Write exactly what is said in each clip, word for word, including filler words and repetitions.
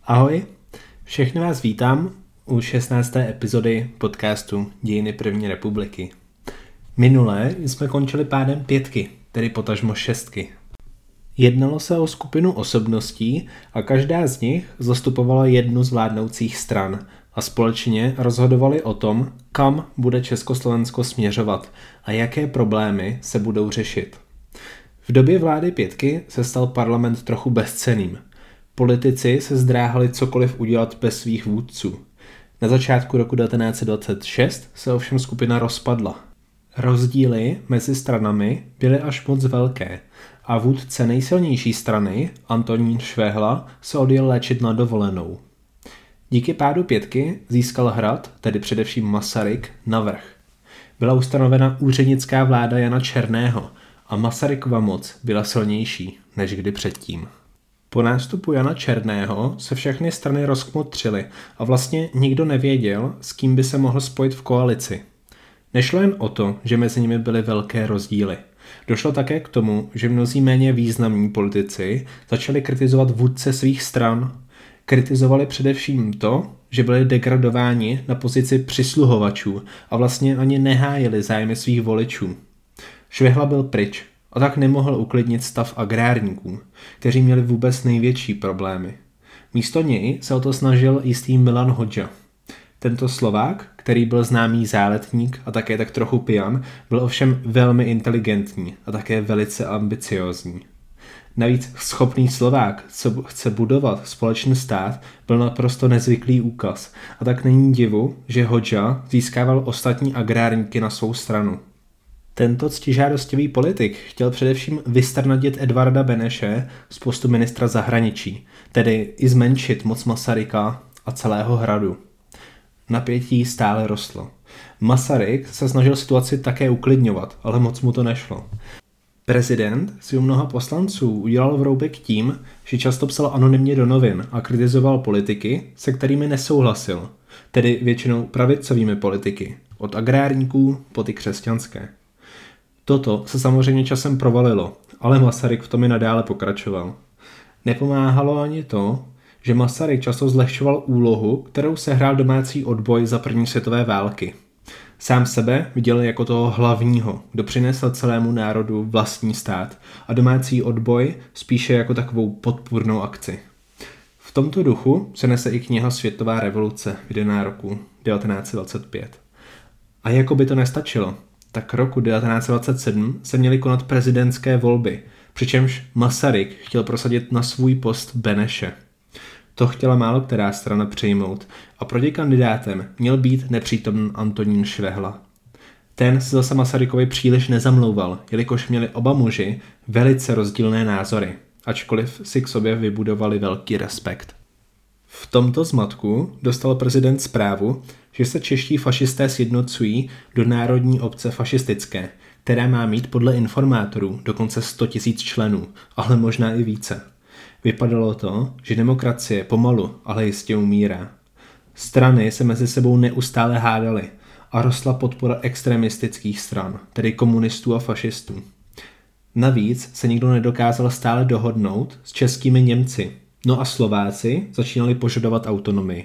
Ahoj, všechny vás vítám u šestnácté epizody podcastu Dějiny první republiky. Minule jsme končili pádem pětky, tedy potažmo šestky. Jednalo se o skupinu osobností a každá z nich zastupovala jednu z vládnoucích stran a společně rozhodovali o tom, kam bude Československo směřovat a jaké problémy se budou řešit. V době vlády pětky se stal parlament trochu bezcenným. Politici se zdráhali cokoliv udělat bez svých vůdců. Na začátku roku devatenáct set dvacet šest se ovšem skupina rozpadla. Rozdíly mezi stranami byly až moc velké a vůdce nejsilnější strany, Antonín Švehla, se odjel léčit na dovolenou. Díky pádu pětky získal hrad, tedy především Masaryk, navrch. Byla ustanovena úřednická vláda Jana Černého a Masarykova moc byla silnější než kdy předtím. Po nástupu Jana Černého se všechny strany rozkmotřily a vlastně nikdo nevěděl, s kým by se mohl spojit v koalici. Nešlo jen o to, že mezi nimi byly velké rozdíly. Došlo také k tomu, že mnozí méně významní politici začali kritizovat vůdce svých stran. Kritizovali především to, že byli degradováni na pozici přisluhovačů a vlastně ani nehájili zájmy svých voličů. Švehla byl pryč a tak nemohl uklidnit stav agrárníků, kteří měli vůbec největší problémy. Místo něj se o to snažil jistý Milan Hodža. Tento Slovák, který byl známý záletník a také tak trochu pijan, byl ovšem velmi inteligentní a také velice ambiciózní. Navíc schopný Slovák, co chce budovat společný stát, byl naprosto nezvyklý úkaz a tak není divu, že Hodža získával ostatní agrárníky na svou stranu. Tento ctižádostivý politik chtěl především vystrnadit Edvarda Beneše z postu ministra zahraničí, tedy i zmenšit moc Masaryka a celého hradu. Napětí stále rostlo. Masaryk se snažil situaci také uklidňovat, ale moc mu to nešlo. Prezident si u mnoha poslanců udělal vroubek tím, že často psal anonymně do novin a kritizoval politiky, se kterými nesouhlasil, tedy většinou pravicovými politiky, od agrárníků po ty křesťanské. Toto se samozřejmě časem provalilo, ale Masaryk v tom i nadále pokračoval. Nepomáhalo ani to, že Masaryk často zlehčoval úlohu, kterou sehrál domácí odboj za první světové války. Sám sebe viděl jako toho hlavního, kdo přinesl celému národu vlastní stát a domácí odboj spíše jako takovou podpůrnou akci. V tomto duchu se nese i kniha Světová revoluce, vydaná roku devatenáct set dvacet pět. A jako by to nestačilo, tak roku devatenáct set dvacet sedm se měly konat prezidentské volby, přičemž Masaryk chtěl prosadit na svůj post Beneše. To chtěla málo která strana přijmout a protikandidátem měl být nepřítomný Antonín Švehla. Ten se zase Masarykovi příliš nezamlouval, jelikož měli oba muži velice rozdílné názory, ačkoliv si k sobě vybudovali velký respekt. V tomto zmatku dostal prezident zprávu, že se čeští fašisté sjednocují do národní obce fašistické, která má mít podle informátorů dokonce sto tisíc členů, ale možná i více. Vypadalo to, že demokracie pomalu, ale jistě umírá. Strany se mezi sebou neustále hádaly a rostla podpora extremistických stran, tedy komunistů a fašistů. Navíc se nikdo nedokázal stále dohodnout s českými Němci, no a Slováci začínali požadovat autonomii.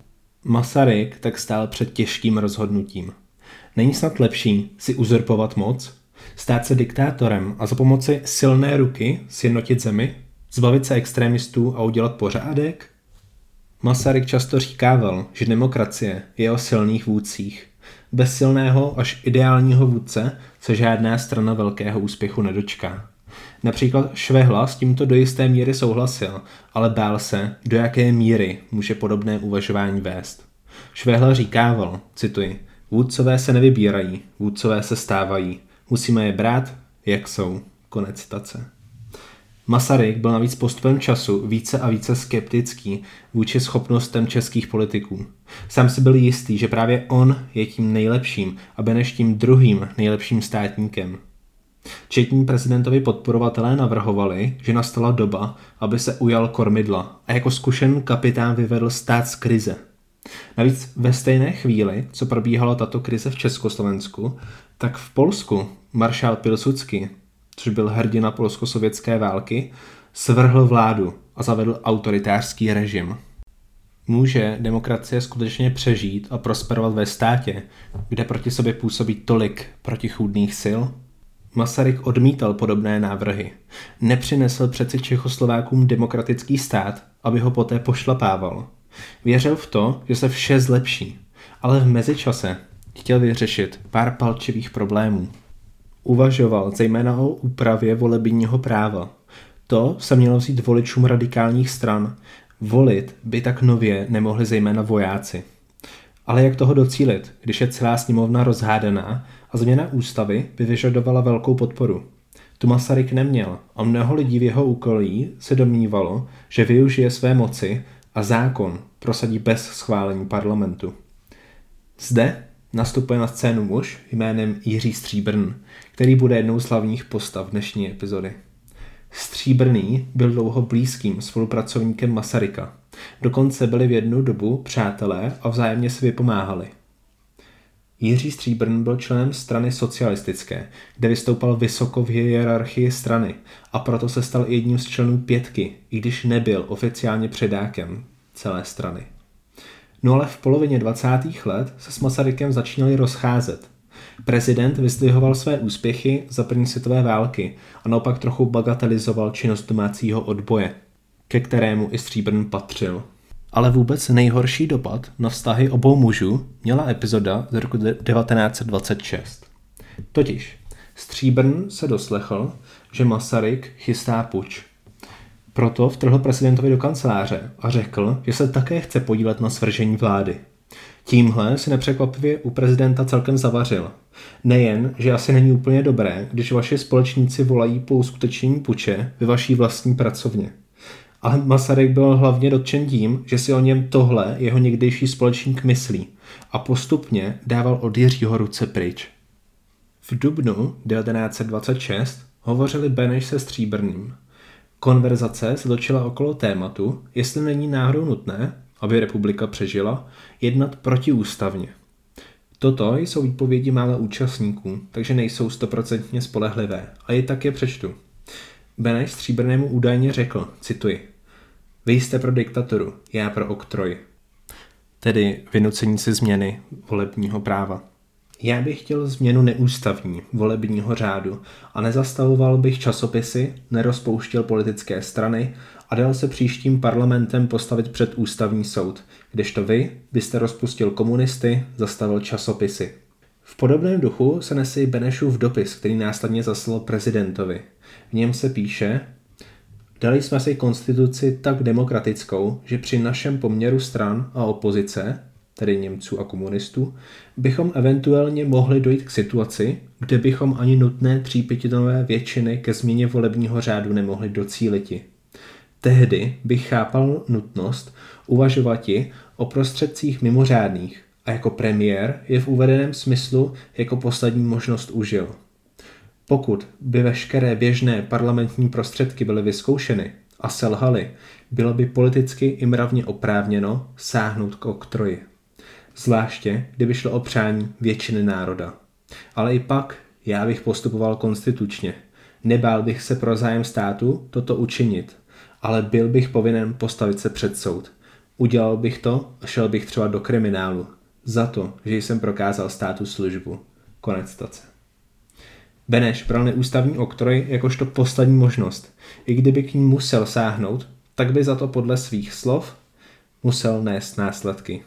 Masaryk tak stál před těžkým rozhodnutím. Není snad lepší si uzurpovat moc, stát se diktátorem a za pomoci silné ruky sjednotit zemi, zbavit se extremistů a udělat pořádek? Masaryk často říkával, že demokracie je o silných vůdcích. Bez silného až ideálního vůdce se žádná strana velkého úspěchu nedočká. Například Švehla s tímto do jisté míry souhlasil, ale bál se, do jaké míry může podobné uvažování vést. Švehla říkával, cituji, vůdcové se nevybírají, vůdcové se stávají. Musíme je brát, jak jsou. Konec citace. Masaryk byl navíc postupem času více a více skeptický vůči schopnostem českých politiků. Sám si byl jistý, že právě on je tím nejlepším a Beneš tím druhým nejlepším státníkem. Četní prezidentovi podporovatelé navrhovali, že nastala doba, aby se ujal kormidla a jako zkušený kapitán vyvedl stát z krize. Navíc ve stejné chvíli, co probíhala tato krize v Československu, tak v Polsku maršál Pilsudský, což byl hrdina polsko-sovětské války, svrhl vládu a zavedl autoritářský režim. Může demokracie skutečně přežít a prosperovat ve státě, kde proti sobě působí tolik protichůdných sil? Masaryk odmítal podobné návrhy. Nepřinesl přeci Čechoslovákům demokratický stát, aby ho poté pošlapával. Věřil v to, že se vše zlepší, ale v mezičase chtěl vyřešit pár palčivých problémů. Uvažoval zejména o úpravě volebního práva. To se mělo vzít voličům radikálních stran. Volit by tak nově nemohli zejména vojáci. Ale jak toho docílit, když je celá sněmovna rozhádaná a změna ústavy by vyžadovala velkou podporu? Tu Masaryk neměl a mnoho lidí v jeho úkolí se domnívalo, že využije své moci a zákon prosadí bez schválení parlamentu. Zde nastupuje na scénu muž jménem Jiří Stříbrn, který bude jednou z hlavních postav dnešní epizody. Stříbrný byl dlouho blízkým spolupracovníkem Masaryka. Dokonce byli v jednu dobu přátelé a vzájemně si vypomáhali. Jiří Stříbrn byl členem strany socialistické, kde vystoupal vysoko v hierarchii strany a proto se stal jedním z členů pětky, i když nebyl oficiálně předákem celé strany. No ale v polovině dvacátých let se s Masarykem začínali rozcházet. Prezident vyzdvihoval své úspěchy za první světové války a naopak trochu bagatelizoval činnost domácího odboje, ke kterému i Stříbrn patřil. Ale vůbec nejhorší dopad na vztahy obou mužů měla epizoda z roku devatenáct set dvacet šest. Totiž Stříbrn se doslechl, že Masaryk chystá puč. Proto vtrhl prezidentovi do kanceláře a řekl, že se také chce podílet na svržení vlády. Tímhle si nepřekvapivě u prezidenta celkem zavařil. Nejen, že asi není úplně dobré, když vaši společníci volají po uskutečnění puče ve vaší vlastní pracovně. Ale Masaryk byl hlavně dotčen tím, že si o něm tohle jeho někdejší společník myslí a postupně dával od Jiřího ruce pryč. V dubnu devatenáct set dvacet šest hovořili Beneš se Stříbrným. Konverzace se točila okolo tématu, jestli není náhodou nutné, aby republika přežila, jednat protiústavně. Toto jsou výpovědi mála účastníků, takže nejsou stoprocentně spolehlivé, a i tak je přečtu. Beneš Stříbrnému údajně řekl, cituji, vy jste pro diktaturu, já pro oktroj. Tedy vynucení si změny volebního práva. Já bych chtěl změnu neústavní volebního řádu a nezastavoval bych časopisy, nerozpouštěl politické strany a dal se příštím parlamentem postavit před ústavní soud, kdežto vy byste rozpustil komunisty, zastavil časopisy. V podobném duchu se nese i Benešův dopis, který následně zaslal prezidentovi. V něm se píše, dali jsme si konstituci tak demokratickou, že při našem poměru stran a opozice, tedy Němců a komunistů, bychom eventuálně mohli dojít k situaci, kde bychom ani nutné třípětinové většiny ke změně volebního řádu nemohli docíliti. Tehdy bych chápal nutnost uvažovati o prostředcích mimořádných a jako premiér je v uvedeném smyslu jako poslední možnost užil. Pokud by veškeré běžné parlamentní prostředky byly vyzkoušeny a selhaly, bylo by politicky i mravně oprávněno sáhnout k oktroji. Zvláště, kdyby šlo o přání většiny národa. Ale i pak já bych postupoval konstitučně. Nebál bych se pro zájem státu toto učinit, ale byl bych povinen postavit se před soud. Udělal bych to a šel bych třeba do kriminálu. Za to, že jsem prokázal státu službu. Konec citace. Beneš bral neústavní oktroj jakožto poslední možnost. I kdyby k ní musel sáhnout, tak by za to podle svých slov musel nést následky.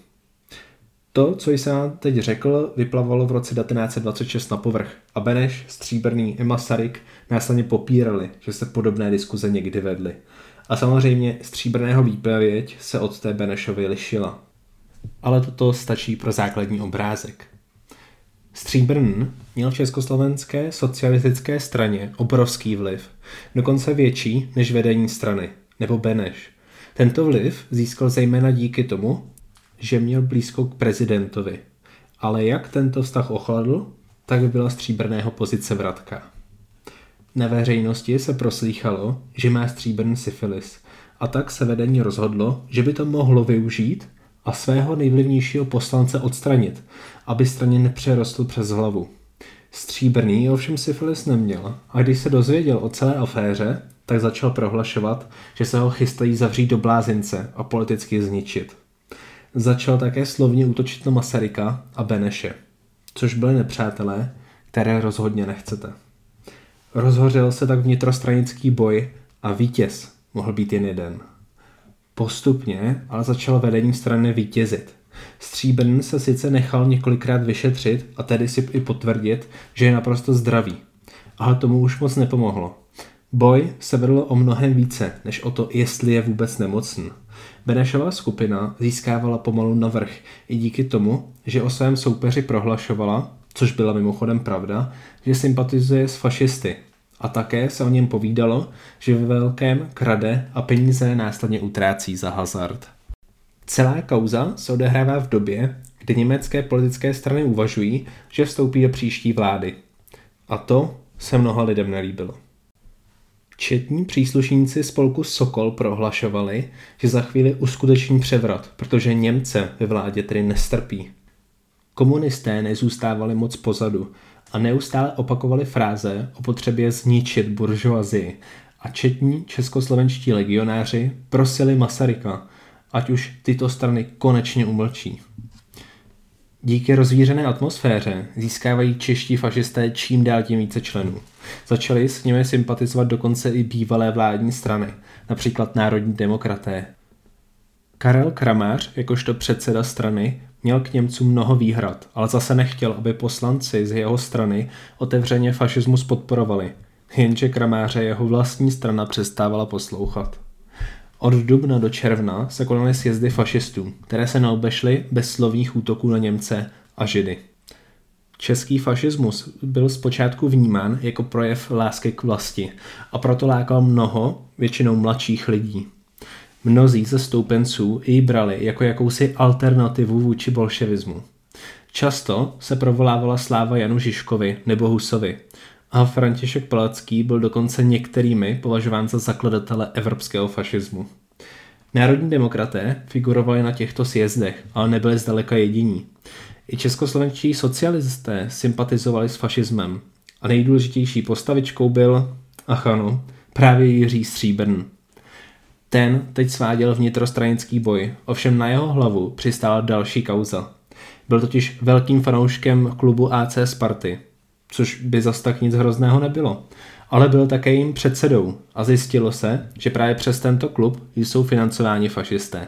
To, co jsem vám teď řekl, vyplavalo v roce devatenáct set dvacet šest na povrch a Beneš, Stříbrný i Masaryk následně popírali, že se podobné diskuze někdy vedly. A samozřejmě Stříbrného výpověď se od té Benešovy lišila. Ale toto stačí pro základní obrázek. Stříbrn měl v československé socialistické straně obrovský vliv, dokonce větší než vedení strany, nebo Beneš. Tento vliv získal zejména díky tomu, že měl blízko k prezidentovi. Ale jak tento vztah ochladl, tak byla Stříbrného pozice vratká. Na veřejnosti se proslýchalo, že má Stříbrn syfilis, a tak se vedení rozhodlo, že by to mohlo využít a svého nejvlivnějšího poslance odstranit, aby straně nepřerostl přes hlavu. Stříbrný ovšem syfilis neměl a když se dozvěděl o celé aféře, tak začal prohlašovat, že se ho chystají zavřít do blázince a politicky zničit. začal také slovně útočit na Masaryka a Beneše, což byli nepřátelé, které rozhodně nechcete. Rozhořel se tak vnitrostranický boj a vítěz mohl být jen jeden. Postupně ale začalo vedení strany vítězit. Stříbrný se sice nechal několikrát vyšetřit a tedy si i potvrdit, že je naprosto zdravý, ale tomu už moc nepomohlo. Boj se vedl o mnohem více, než o to, jestli je vůbec nemocný. Benešova skupina získávala pomalu navrch i díky tomu, že o svém soupeři prohlašovala, což byla mimochodem pravda, že sympatizuje s fašisty. A také se o něm povídalo, že ve velkém krade a peníze následně utrácí za hazard. Celá kauza se odehrává v době, kdy německé politické strany uvažují, že vstoupí do příští vlády. A to se mnoha lidem nelíbilo. Četní příslušníci spolku Sokol prohlašovali, že za chvíli uskuteční převrat, protože Němce ve vládě tedy nestrpí. Komunisté nezůstávali moc pozadu a neustále opakovali fráze o potřebě zničit buržoazii a četní českoslovenští legionáři prosili Masaryka, ať už tyto strany konečně umlčí. Díky rozvířené atmosféře získávají čeští fašisté čím dál tím více členů. Začali s nimi sympatizovat dokonce i bývalé vládní strany, například Národní demokraté. Karel Kramář, jakožto předseda strany, měl k Němcům mnoho výhrad, ale zase nechtěl, aby poslanci z jeho strany otevřeně fašismus podporovali, jenže Kramáře jeho vlastní strana přestávala poslouchat. Od dubna do června se konaly sjezdy fašistů, které se neobešly bez slovních útoků na Němce a Židy. Český fašismus byl zpočátku vnímán jako projev lásky k vlasti a proto lákal mnoho, většinou mladších lidí. Mnozí ze stoupenců ji brali jako jakousi alternativu vůči bolševismu. Často se provolávala sláva Janu Žižkovi nebo Husovi a František Palacký byl dokonce některými považován za zakladatele evropského fašismu. Národní demokraté figurovali na těchto sjezdech, ale nebyli zdaleka jediní. I českoslovenští socialisté sympatizovali s fašismem a nejdůležitější postavičkou byl, ach ano, právě Jiří Stříbrný. Ten teď sváděl vnitrostranický boj, ovšem na jeho hlavu přistála další kauza. Byl totiž velkým fanouškem klubu A C Sparty, což by zas tak nic hrozného nebylo, ale byl také jím předsedou a zjistilo se, že právě přes tento klub jsou financováni fašisté.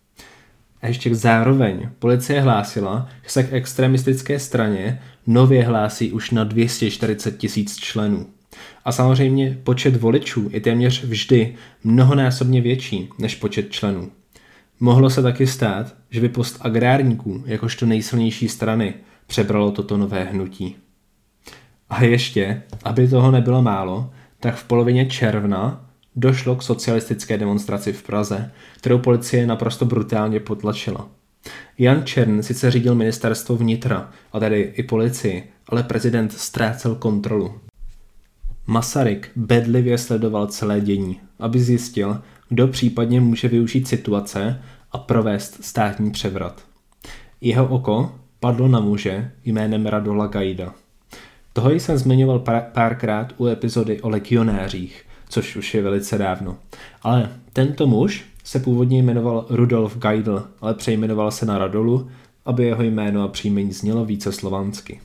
A ještě zároveň policie hlásila, že se k extremistické straně nově hlásí už na dvě stě čtyřicet tisíc členů. A samozřejmě počet voličů je téměř vždy mnohonásobně větší než počet členů. Mohlo se taky stát, že by post agrárníků, jakožto nejsilnější strany, přebralo toto nové hnutí. A ještě, aby toho nebylo málo, tak v polovině června došlo k socialistické demonstraci v Praze, kterou policie naprosto brutálně potlačila. Jan Čern sice řídil ministerstvo vnitra, a tedy i policii, ale prezident ztrácel kontrolu. Masaryk bedlivě sledoval celé dění, aby zjistil, kdo případně může využít situace a provést státní převrat. Jeho oko padlo na muže jménem Radola Gajda. Toho jsem zmiňoval párkrát u epizody o legionářích, což už je velice dávno. Ale tento muž se původně jmenoval Rudolf Geidl, ale přejmenoval se na Radolu, aby jeho jméno a příjmení znělo více slovansky.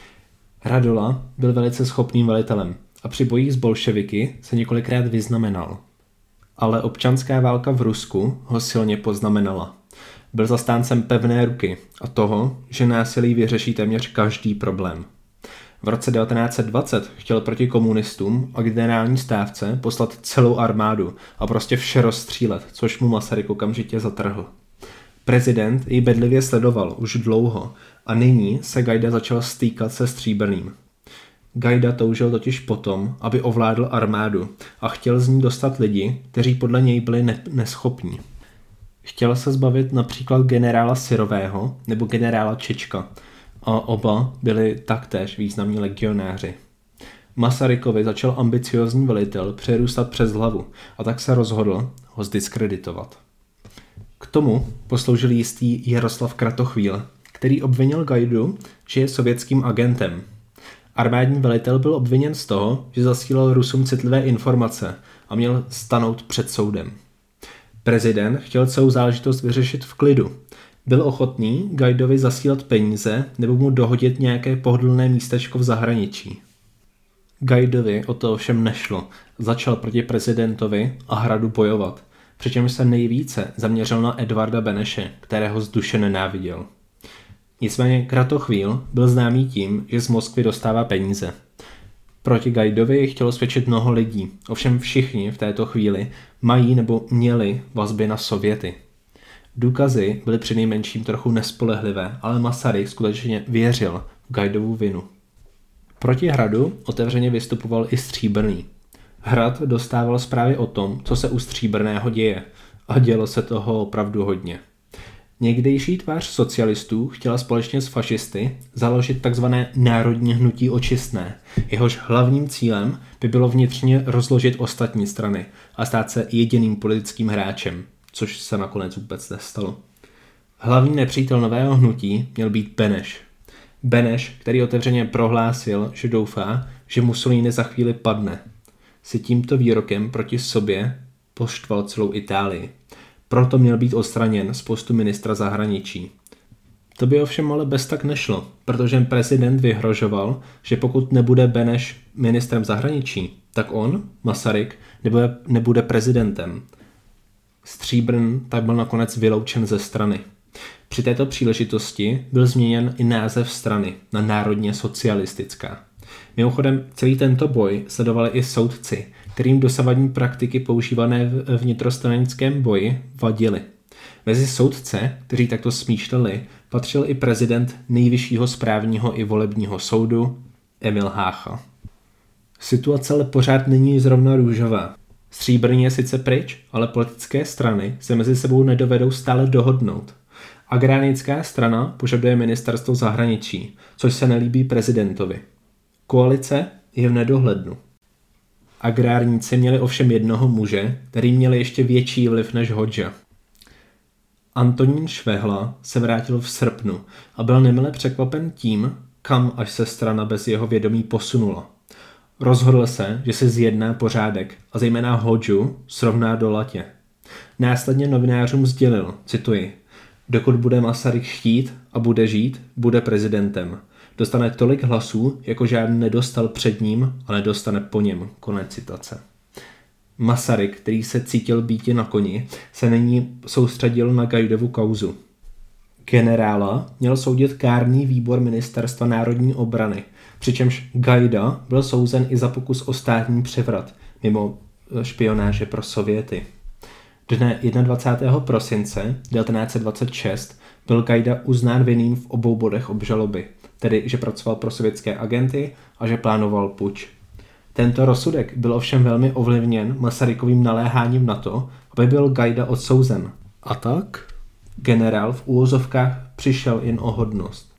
Radola byl velice schopným velitelem a při bojích s bolševiky se několikrát vyznamenal. Ale občanská válka v Rusku ho silně poznamenala. Byl zastáncem pevné ruky a toho, že násilí vyřeší téměř každý problém. V roce devatenáct set dvacet chtěl proti komunistům a generální stávce poslat celou armádu a prostě vše rozstřílet, což mu Masaryk okamžitě zatrhl. Prezident ji bedlivě sledoval už dlouho a nyní se Gajda začal stýkat se Stříbrným. Gajda toužil totiž potom, aby ovládl armádu a chtěl z ní dostat lidi, kteří podle něj byli ne- neschopní. Chtěl se zbavit například generála Syrového nebo generála Čečka a oba byli taktéž významní legionáři. Masarykovi začal ambiciozní velitel přerůstat přes hlavu a tak se rozhodl ho zdiskreditovat. K tomu posloužil jistý Jaroslav Kratochvíl, který obvinil Gajdu, že je sovětským agentem. Armádní velitel byl obviněn z toho, že zasílal Rusům citlivé informace a měl stanout před soudem. Prezident chtěl celou záležitost vyřešit v klidu. Byl ochotný Gajdovi zasílat peníze nebo mu dohodit nějaké pohodlné místečko v zahraničí. Gajdovi o to ovšem nešlo. Začal proti prezidentovi a hradu bojovat, přičemž se nejvíce zaměřil na Edvarda Beneše, kterého z duše nenáviděl. Nicméně Kratochvíl byl známý tím, že z Moskvy dostává peníze. Proti Gajdovi chtělo svědčit mnoho lidí, ovšem všichni v této chvíli mají nebo měli vazby na Sověty. Důkazy byly přinejmenším trochu nespolehlivé, ale Masaryk skutečně věřil v Gajdovu vinu. Proti hradu otevřeně vystupoval i Stříbrný. Hrad dostával zprávy o tom, co se u Stříbrného děje, a dělo se toho opravdu hodně. Někdejší tvář socialistů chtěla společně s fašisty založit tzv. Národní hnutí očistné. Jehož hlavním cílem by bylo vnitřně rozložit ostatní strany a stát se jediným politickým hráčem, což se nakonec vůbec nestalo. Hlavní nepřítel nového hnutí měl být Beneš. Beneš, který otevřeně prohlásil, že doufá, že Mussolini za chvíli padne, si tímto výrokem proti sobě poštval celou Itálii. Proto měl být odstraněn z postu ministra zahraničí. To by ovšem ale bez tak nešlo, protože prezident vyhrožoval, že pokud nebude Beneš ministrem zahraničí, tak on, Masaryk, nebude, nebude prezidentem. Stříbrn tak byl nakonec vyloučen ze strany. Při této příležitosti byl změněn i název strany na národně socialistická. Mimochodem, celý tento boj sledovali i soudci, kterým dosavadní praktiky používané v vnitrostranickém boji vadily. Mezi soudce, kteří takto smýšleli, patřil i prezident Nejvyššího správního i volebního soudu Emil Hácha. Situace ale pořád není zrovna růžová. Stříbrný je sice pryč, ale politické strany se mezi sebou nedovedou stále dohodnout. Agrárnická strana požaduje ministerstvo zahraničí, což se nelíbí prezidentovi. Koalice je v nedohlednu. Agrárníci měli ovšem jednoho muže, který měl ještě větší vliv než Hodža. Antonín Švehla se vrátil v srpnu a byl nemile překvapen tím, kam až se strana bez jeho vědomí posunula. Rozhodl se, že se zjedná pořádek a zejména Hodžu srovná do latě. Následně novinářům sdělil, cituji, dokud bude Masaryk chtít a bude žít, bude prezidentem. Dostane tolik hlasů, jako žádný nedostal před ním a nedostane po něm. Konec citace. Masaryk, který se cítil býti na koni, se nyní soustředil na Gajdovu kauzu. Generála měl soudit kárný výbor Ministerstva národní obrany, přičemž Gajda byl souzen i za pokus o státní převrat, mimo špionáže pro Sověty. Dne dvacátého prvního prosince devatenáct set dvacet šest byl Gajda uznán vinným v obou bodech obžaloby, tedy že pracoval pro sovětské agenty a že plánoval puč. Tento rozsudek byl ovšem velmi ovlivněn Masarykovým naléháním na to, aby byl Gajda odsouzen. A tak generál v úvozovkách přišel jen o hodnost.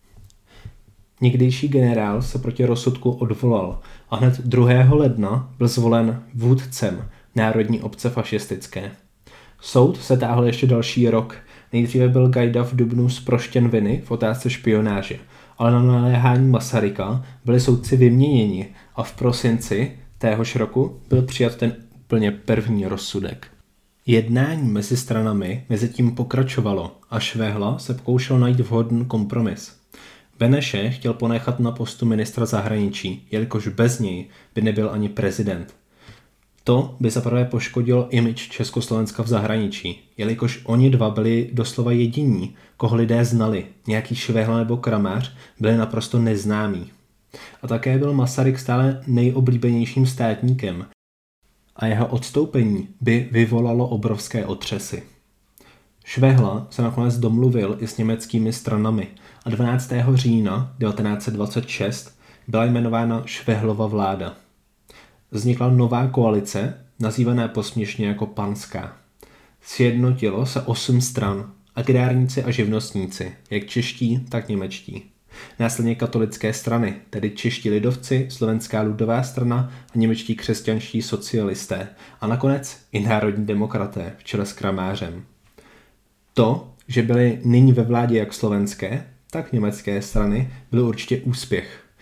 Někdejší generál se proti rozsudku odvolal a hned druhého ledna byl zvolen vůdcem Národní obce fašistické. Soud se táhl ještě další rok. Nejdříve byl Gajda v dubnu zproštěn viny v otázce špionáže, ale na naléhání Masaryka byli soudci vyměněni a v prosinci téhož roku byl přijat ten úplně první rozsudek. Jednání mezi stranami mezitím pokračovalo a Švehla se pokoušel najít vhodný kompromis. Beneše chtěl ponechat na postu ministra zahraničí, jelikož bez něj by nebyl ani prezident. To by zaprvé poškodilo image Československa v zahraničí, jelikož oni dva byli doslova jediní, koho lidé znali, nějaký Švehla nebo Kramář byli naprosto neznámí. A také byl Masaryk stále nejoblíbenějším státníkem a jeho odstoupení by vyvolalo obrovské otřesy. Švehla se nakonec domluvil i s německými stranami a dvanáctého října devatenáct set dvacet šest byla jmenována Švehlova vláda. Vznikla nová koalice, nazývaná posměšně jako Panská. Sjednotilo se osm stran, agrárníci a živnostníci, jak čeští, tak němečtí. Následně katolické strany, tedy čeští lidovci, Slovenská lidová strana a němečtí křesťanští socialisté a nakonec i národní demokraté v čele s Kramářem. To, že byly nyní ve vládě jak slovenské, tak německé strany, byl určitě úspěch.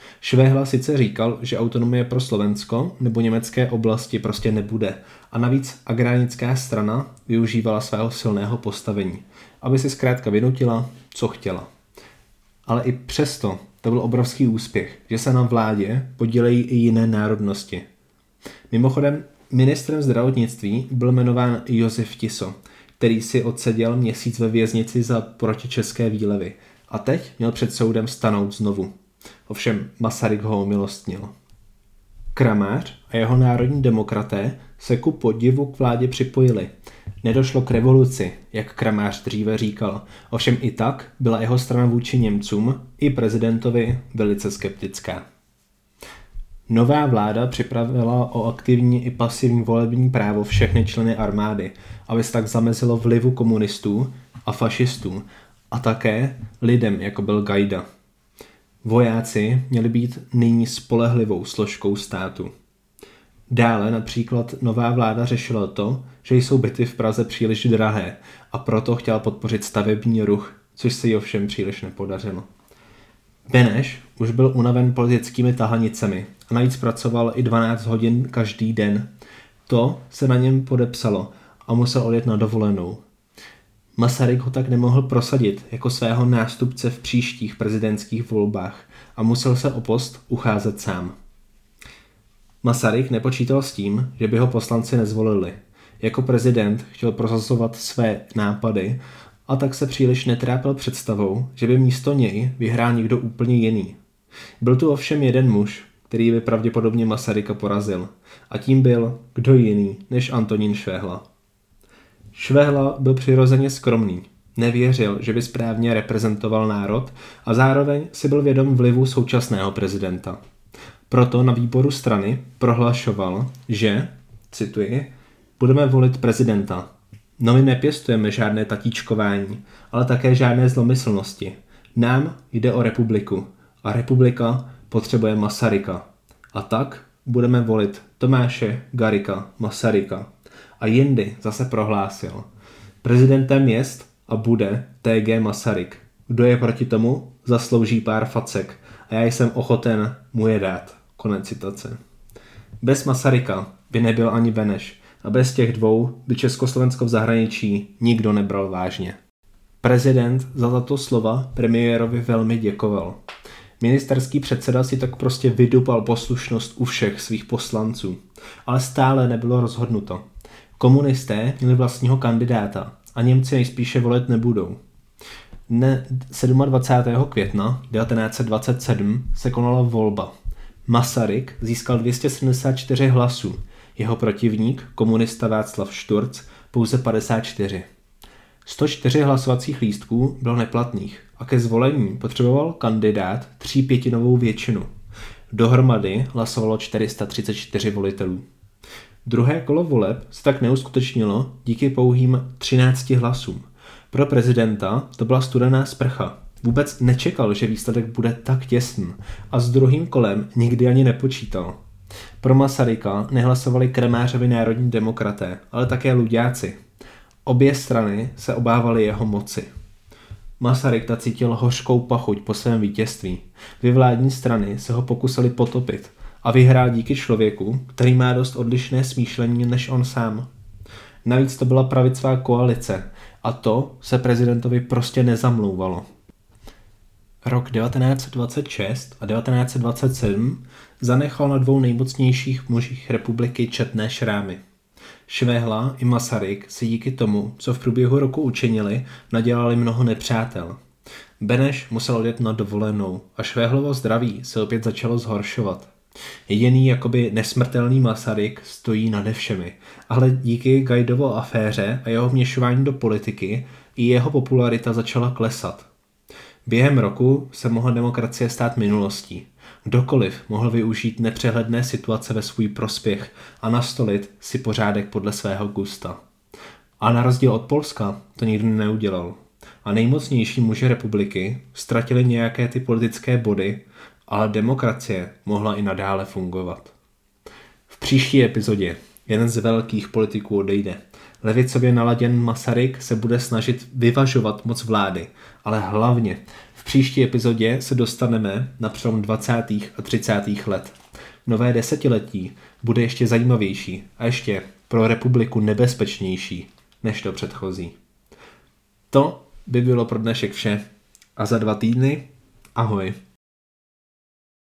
Švehla sice říkal, že autonomie pro Slovensko nebo německé oblasti prostě nebude a navíc agrárnická strana využívala svého silného postavení, aby si zkrátka vynutila, co chtěla. Ale i přesto to byl obrovský úspěch, že se na vládě podílejí i jiné národnosti. Mimochodem, ministrem zdravotnictví byl jmenován Josef Tiso, který si odseděl měsíc ve věznici za protičeské výlevy a teď měl před soudem stanout znovu. Ovšem Masaryk ho omilostnil. Kramář a jeho národní demokraté se ku podivu k vládě připojili. Nedošlo k revoluci, jak Kramář dříve říkal, ovšem i tak byla jeho strana vůči Němcům i prezidentovi velice skeptická. Nová vláda připravila o aktivní i pasivní volební právo všechny členy armády, aby se tak zamezilo vlivu komunistů a fašistů a také lidem, jako byl Gajda. Vojáci měli být nyní spolehlivou složkou státu. Dále například nová vláda řešila to, že jsou byty v Praze příliš drahé a proto chtěla podpořit stavební ruch, což se jí ovšem příliš nepodařilo. Beneš už byl unaven politickými tahanicemi a navíc pracoval i dvanáct hodin každý den. To se na něm podepsalo a musel odjet na dovolenou. Masaryk ho tak nemohl prosadit jako svého nástupce v příštích prezidentských volbách a musel se o post ucházet sám. Masaryk nepočítal s tím, že by ho poslanci nezvolili. Jako prezident chtěl prosazovat své nápady a tak se příliš netrápil představou, že by místo něj vyhrál někdo úplně jiný. Byl tu ovšem jeden muž, který by pravděpodobně Masaryka porazil. A tím byl kdo jiný než Antonín Švehla. Švehla byl přirozeně skromný. Nevěřil, že by správně reprezentoval národ a zároveň si byl vědom vlivu současného prezidenta. Proto na výboru strany prohlašoval, že, cituji, budeme volit prezidenta. No my nepěstujeme žádné tatíčkování, ale také žádné zlomyslnosti. Nám jde o republiku a republika potřebuje Masaryka. A tak budeme volit Tomáše Garrigua Masaryka. A jindy zase prohlásil. Prezidentem jest a bude T G Masaryk. Kdo je proti tomu, zaslouží pár facek a já jsem ochoten mu je dát. Konec citace. Bez Masaryka by nebyl ani Beneš a bez těch dvou by Československo v zahraničí nikdo nebral vážně. Prezident za tato slova premiérovi velmi děkoval. Ministerský předseda si tak prostě vydupal poslušnost u všech svých poslanců, ale stále nebylo rozhodnuto. Komunisté měli vlastního kandidáta a Němci nejspíše volit nebudou. Dne dvacátého sedmého května devatenáct set dvacet sedm se konala volba. Masaryk získal dvě stě sedmdesát čtyři hlasů, jeho protivník, komunista Václav Šturc, pouze padesát čtyři. sto čtyři hlasovacích lístků bylo neplatných a ke zvolení potřeboval kandidát třípětinovou většinu. Dohromady hlasovalo čtyři sta třicet čtyři volitelů. Druhé kolo voleb se tak neuskutečnilo díky pouhým třinácti hlasům. Pro prezidenta to byla studená sprcha. Vůbec nečekal, že výsledek bude tak těsný a s druhým kolem nikdy ani nepočítal. Pro Masaryka nehlasovali Kramářovi národní demokraté, ale také luďáci. Obě strany se obávaly jeho moci. Masaryk tak cítil hořkou pachuť po svém vítězství. Dvě vládní strany se ho pokusili potopit a vyhrál díky člověku, který má dost odlišné smýšlení než on sám. Navíc to byla pravicová koalice a to se prezidentovi prostě nezamlouvalo. Rok devatenáct set dvacet šest a devatenáct set dvacet sedm zanechal na dvou nejmocnějších mužích republiky četné šrámy. Švehla i Masaryk si díky tomu, co v průběhu roku učinili, nadělali mnoho nepřátel. Beneš musel odjet na dovolenou a Švehlovo zdraví se opět začalo zhoršovat. Jediný jakoby nesmrtelný Masaryk stojí nade všemi, ale díky Gajdovo aféře a jeho vměšování do politiky i jeho popularita začala klesat. Během roku se mohla demokracie stát minulostí. Kdokoliv mohl využít nepřehledné situace ve svůj prospěch a nastolit si pořádek podle svého gusta. A na rozdíl od Polska to nikdy neudělal. A nejmocnější muži republiky ztratili nějaké ty politické body, ale demokracie mohla i nadále fungovat. V příští epizodě jeden z velkých politiků odejde Levicově naladěn Masaryk se bude snažit vyvažovat moc vlády, ale hlavně v příští epizodě se dostaneme na přelom dvacátých a třicátých let. Nové desetiletí bude ještě zajímavější a ještě pro republiku nebezpečnější než to předchozí. To by bylo pro dnešek vše a za dva týdny ahoj.